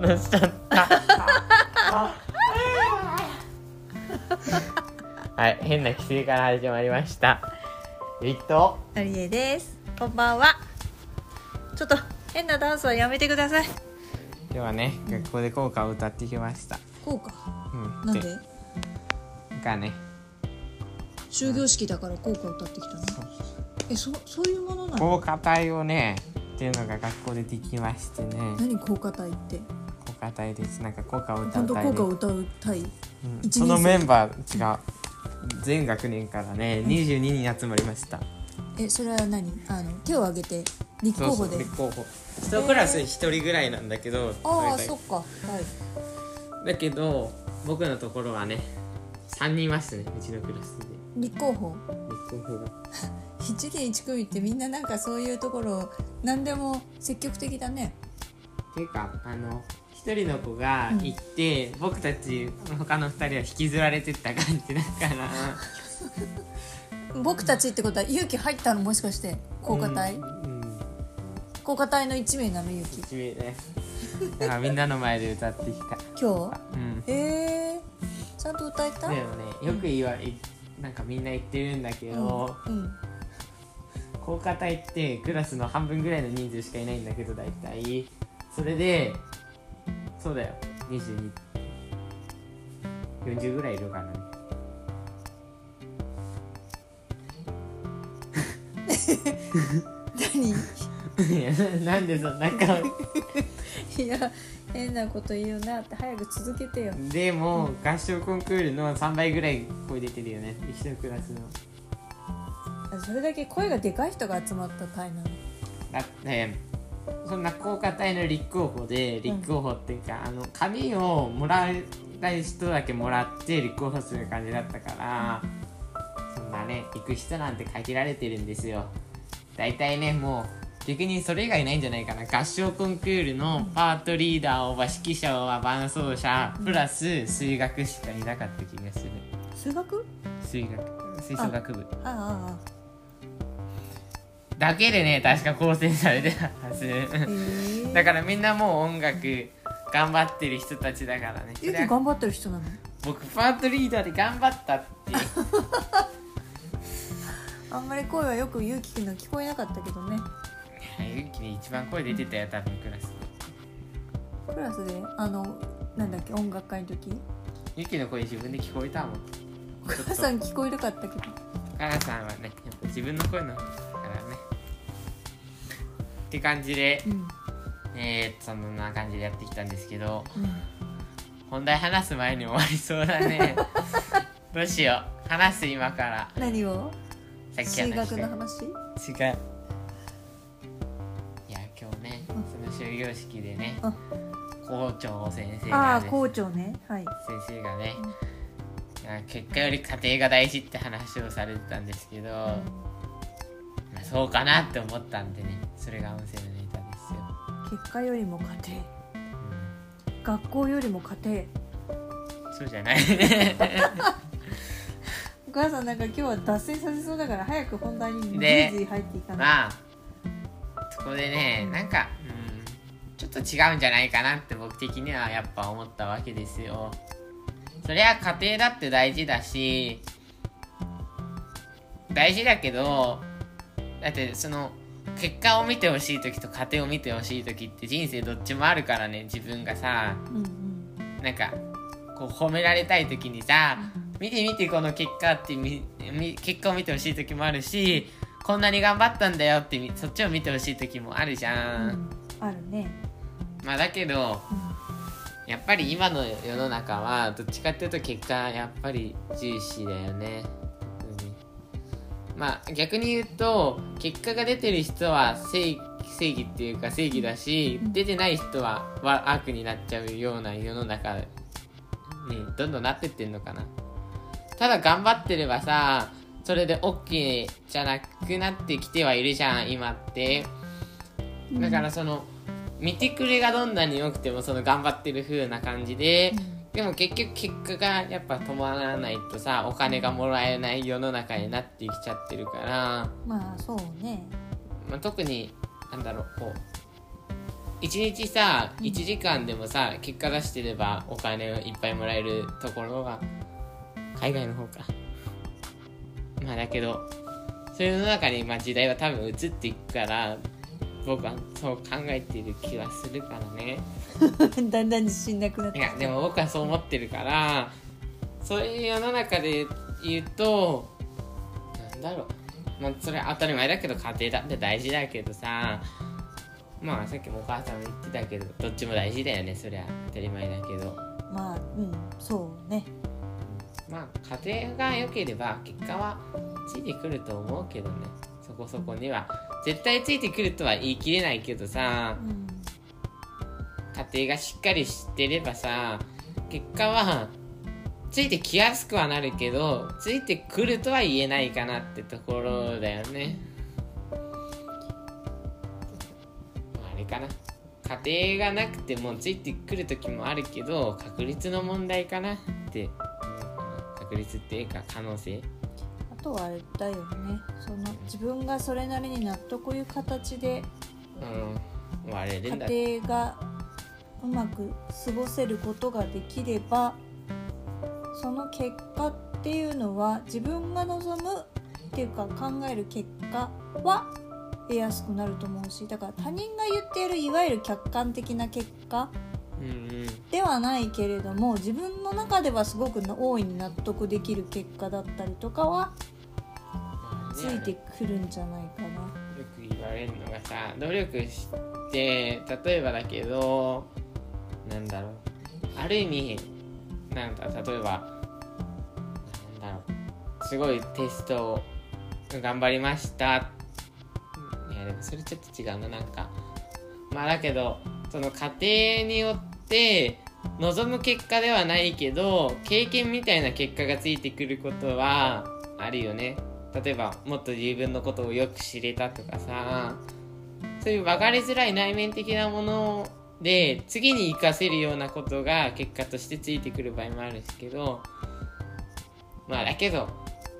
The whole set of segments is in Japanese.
のしちゃったはい、変な規制から始まりましたアリエです。こんばんは。ちょっと変なダンスはやめてください。 今日はね、学校で校歌を歌ってきました。 校歌、なんで？ がね、 終業式だから校歌歌ってきたの？そういうものなの？ 校歌隊をねっていうのが学校でできましてね。 何校歌隊って？ 校歌隊です。なんか校歌を歌う隊で。 本当校歌を歌う隊？ そのメンバー違う。全学年からね、22人集まりました。 それは何？手を挙げて立候補で。 そう立候補。一クラス1人ぐらいなんだけど。 ああ、そっか。はい。 だけど僕のところはね、3人いましたね、うちのクラスで。 立候補が 1年1組ってみんななんかそういうところ何でも積極的だね。 ていうか一人の子が行って、僕たち他の2人は引きずられてった感じだから僕たちってことは勇気入ったの？もしかして校歌隊？校歌隊の1名なの？勇気 1名ね。だからみんなの前で歌ってきた今日？ちゃんと歌えた？ でもね、よくなんかみんな言ってるんだけど、校歌隊ってクラスの半分ぐらいの人数しかいないんだけど、大体それでそうだよ、40ぐらいいるからね。何なんでそんな顔いや、変なこと言うなって。早く続けてよ。 でも、合唱コンクールの3倍ぐらい声出てるよね、一のクラスの。 それだけ声がでかい人が集まった隊なの？ だってそんな校歌隊の立候補っていうか、紙をもらいたい人だけもらって立候補する感じだったから、そんなね、行く人なんて限られてるんですよ。だいたいね、もう逆にそれ以外ないんじゃないかな。合唱コンクールのパートリーダー指揮者伴奏者プラス数学しかいなかった気がする。吹奏楽部だけでね、確か構成されてたはず。だからみんなもう音楽頑張ってる人たちだからね。 ゆき頑張ってる人なの？ 僕パートリーダーで頑張ったってあんまり声はよくゆうきくんの聞こえなかったけどね。 ゆうきに一番声出てたよ、多分クラスで。 なんだっけ、音楽会の時ゆうきの声自分で聞こえたもん。 お母さん聞こえなかったけど、 お母さんはね、やっぱ自分の声のからねって感じで、そんな感じでやってきたんですけど、本題話す前に終わりそうだねどうしよう、話す今から。 何を？ さっき数学の話？ 違う。いや、今日ね、その終業式でね、校長先生がね、 校長ね、はい、 先生がね、結果より家庭が大事って話をされてたんですけど、そうかなって思ったんでね、それが音声のネタですよ。 結果よりも家庭、学校よりも家庭。 そうじゃないお母さんなんか今日は脱線させそうだから早く本題にずいずい入っていかない。 そこでね、なんか、ちょっと違うんじゃないかなって僕的にはやっぱ思ったわけですよ。そりゃ家庭だって大事だし、大事だけど、だってその結果を見てほしい時と家庭を見てほしい時って人生どっちもあるからね。自分がさ、なんかこう褒められたい時にさ、見てこの結果って結果を見てほしい時もあるし、こんなに頑張ったんだよってそっちを見てほしい時もあるじゃん、 あるね。 だけど、やっぱり今の世の中はどっちかっていうと結果やっぱり重視だよね。逆に言うと、結果が出てる人は正義っていうか正義だし、出てない人は悪になっちゃうような世の中にどんどんなってってんのかな。ただ頑張ってればさ、それで OK じゃなくなってきてはいるじゃん、今って。だからその見てくれがどんなに良くても、その頑張ってる風な感じで、でも結局結果がやっぱ止まらないとさ、お金がもらえない世の中になってきちゃってるから。 そうね。 特にこう 1日さ1時間でもさ結果出してればお金をいっぱいもらえるところは海外の方か。まあだけどそういうの中に時代は多分移っていくから僕はそう考えている気はするからね。 だんだん自信なくなっていやでも僕はそう思ってるから、そういう世の中で言うとなんだろう、それ当たり前だけど家庭だって大事だけどさ、さっきもお母さんも言ってたけどどっちも大事だよね。そりゃ当たり前だけどそうね。 家庭が良ければ結果はついてくると思うけどね。そこそこには絶対ついてくるとは言い切れないけどさ、家庭がしっかりしてればさ結果はついてきやすくはなるけどついてくるとは言えないかなってところだよね。あれかな、家庭がなくてもついてくる時もあるけど確率の問題かなって。確率っていうか可能性。 あとはあれだよね、自分がそれなりに納得いう形で家庭がうまく過ごせることができればその結果っていうのは自分が望むっていうか考える結果は得やすくなると思うし、だから他人が言っているいわゆる客観的な結果ではないけれども自分の中ではすごく大いに納得できる結果だったりとかはついてくるんじゃないかな。 よく言われるのがさ、努力して例えばだけどある意味例えばすごいテスト頑張りました。いやでもそれちょっと違うな。だけどその家庭によって望む結果ではないけど経験みたいな結果がついてくることはあるよね。例えばもっと自分のことをよく知れたとかさ、そういう分かりづらい内面的なもので次に活かせるようなことが結果としてついてくる場合もあるんですけど、だけど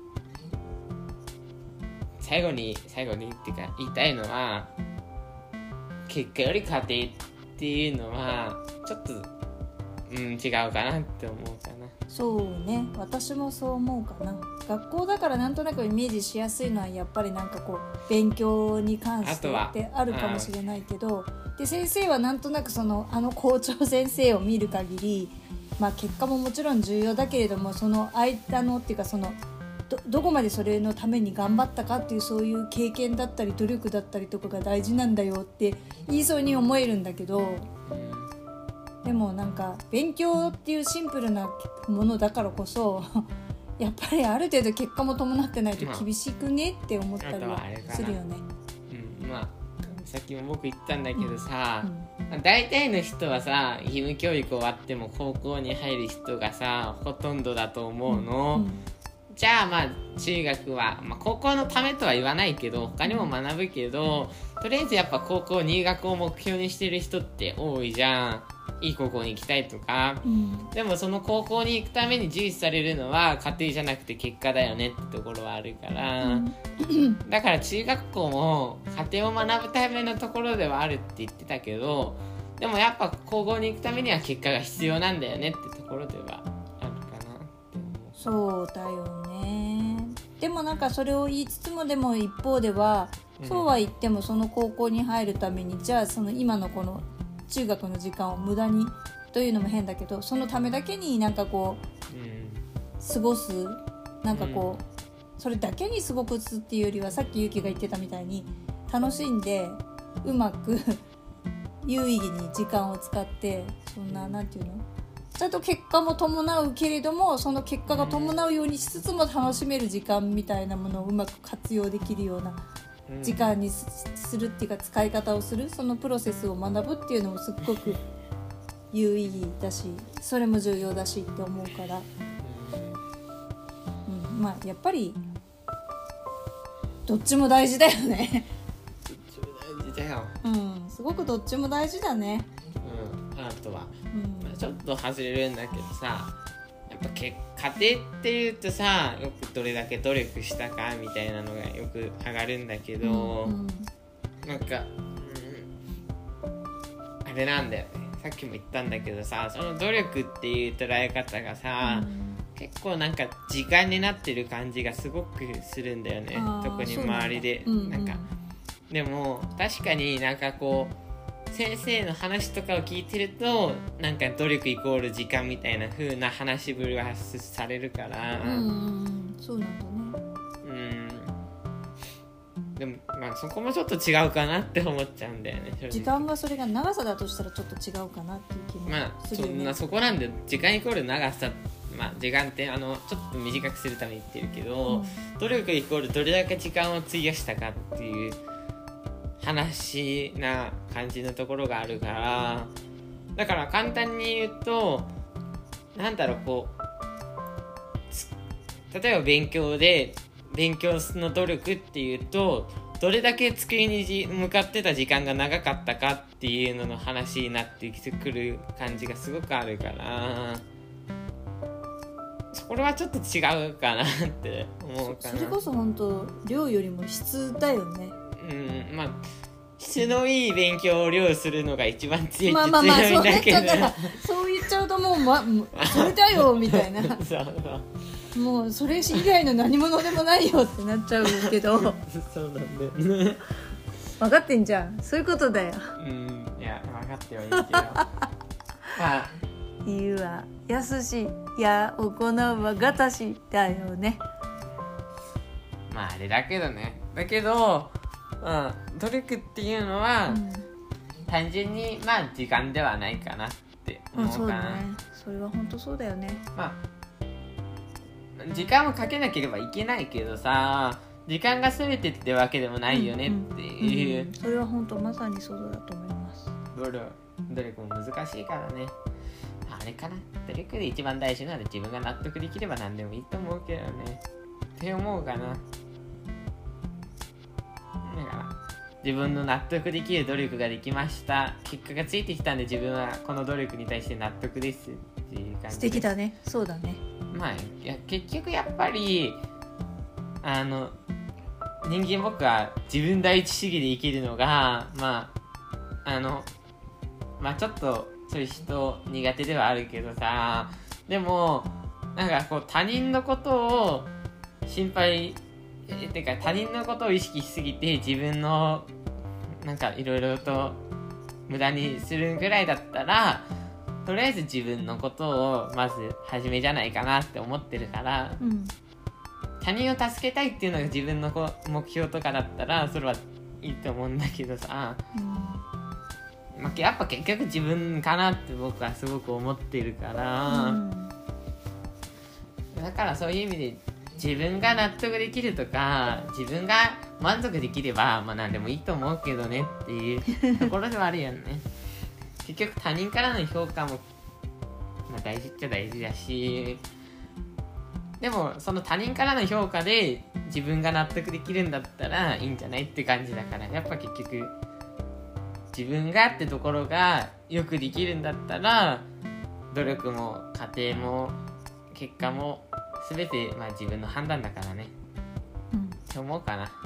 最後にっていうか言いたいのは結果より家庭っていうのはちょっと違うかなって思うかな。 そうね、私もそう思うかな。学校だからなんとなくイメージしやすいのはやっぱり勉強に関してってあるかもしれないけど、で先生はなんとなく校長先生を見る限り、結果ももちろん重要だけれどもその間のっていうかどこまでそれのために頑張ったかっていうそういう経験だったり努力だったりとかが大事なんだよって言いそうに思えるんだけど、でも勉強っていうシンプルなものだからこそやっぱりある程度結果も伴ってないと厳しくねって思ったりはするよね。 さっきも僕言ったんだけどさ、大体の人はさ義務教育終わっても高校に入る人がさほとんどだと思うの、じゃあ中学は、高校のためとは言わないけど他にも学ぶけどとりあえずやっぱ高校入学を目標にしてる人って多いじゃん。いい高校に行きたいとか、でもその高校に行くために重視されるのは家庭じゃなくて結果だよねってところはあるから、だから中学校も家庭を学ぶためのところではあるって言ってたけど、でもやっぱ高校に行くためには結果が必要なんだよねってところではあるかなって思う。 そうだよね。でもそれを言いつつもでも一方では、そうは言ってもその高校に入るためにじゃあ今のこの中学の時間を無駄にというのも変だけどそのためだけに過ごすそれだけに過ごすっていうよりはさっきゆきが言ってたみたいに楽しんでうまく有意義に時間を使ってなんていうのちゃんと結果も伴うけれどもその結果が伴うようにしつつも楽しめる時間みたいなものをうまく活用できるような時間にするっていうか使い方をするそのプロセスを学ぶっていうのもすっごく有意義だしそれも重要だしって思うから、やっぱりどっちも大事だよね。 どっちも大事だよ。 すごくどっちも大事だね。 あとは、ちょっと外れるんだけどさ、やっぱ家庭っていうとさよくどれだけ努力したかみたいなのがよく上がるんだけど、 あれなんだよね、さっきも言ったんだけどさ、その努力っていう捉え方がさ、結構なんか時間になってる感じがすごくするんだよね、特に周りで。なんかでも確かになんかこう先生の話とかを聞いてると、なんか努力イコール時間みたいな風な話しぶりはされるから、 そうなんだね。 でもまあそこもちょっと違うかなって思っちゃうんだよね。 時間がそれが長さだとしたらちょっと違うかなっていう気もするよね。 まあそこなんで、時間イコール長さ、まあ時間ってちょっと短くするために言ってるけど、努力イコールどれだけ時間を費やしたかっていう話な感じのところがあるから、だから簡単に言うと、なんだろう、こう例えば勉強の努力っていうと、どれだけ机に向かってた時間が長かったかっていうのの話になってきてくる感じがすごくあるから、それはちょっと違うかなって思うかな。 それこそ本当量よりも質だよね。 まあ質のいい勉強を量するのが一番強いって強いんだけど、 そう言っちゃうともう、それだよみたいなそうもうそれ以外の何者でもないよってなっちゃうけどそうなんだよね。 分かってんじゃん、そういうことだよ。 いや分かってはいいけどまあ言うはやすし、や行うはがたしだよね。 まああれだけどね、だけど、努力っていうのは、単純にまあ時間ではないかなって思うかな。 そうだね、それは本当そうだよね。 まあ時間をかけなければいけないけどさ、時間が全てってわけでもないよねっていう、 それは本当まさにそうだと思います。 努力も難しいからね。あれかな、努力で一番大事なので自分が納得できれば何でもいいと思うけどねって思うかな。だから自分の納得できる努力ができました、結果がついてきたんで自分はこの努力に対して納得ですっていう感じで。素敵だね。そうだね。 まあ結局やっぱり人間僕は自分第一主義で生きるのがまあちょっとそういう人苦手ではあるけどさ、でもなんかこう他人のことを心配てか他人のことを意識しすぎて自分のなんかいろいろと無駄にするぐらいだったら、とりあえず自分のことをまず始めじゃないかなって思ってるから、他人を助けたいっていうのが自分の目標とかだったらそれはいいと思うんだけどさ、やっぱ結局自分かなって僕はすごく思ってるから、だからそういう意味で自分が納得できるとか自分が満足できれば何でもいいと思うけどねっていうところではあるよね。結局他人からの評価も、大事っちゃ大事だし、でもその他人からの評価で自分が納得できるんだったらいいんじゃないって感じだから、やっぱ結局自分がってところがよくできるんだったら努力も過程も結果も全て自分の判断だからね、って思うかな。はい、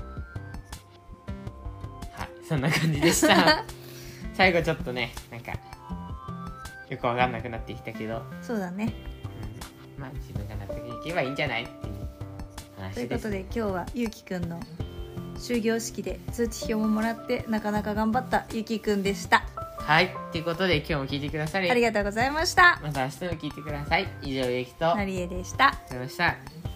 そんな感じでした最後ちょっとねなんかよく分かんなくなってきたけど、 そうだね、 自分が納得できればいいんじゃないっていう話です。 ということで今日はゆうきくんの終業式で通知表ももらってなかなか頑張ったゆきくんでした。 はい、ということで今日も聞いてくださりありがとうございました。 また明日も聞いてください。以上ゆきとなりえでした。 ありがとうございました。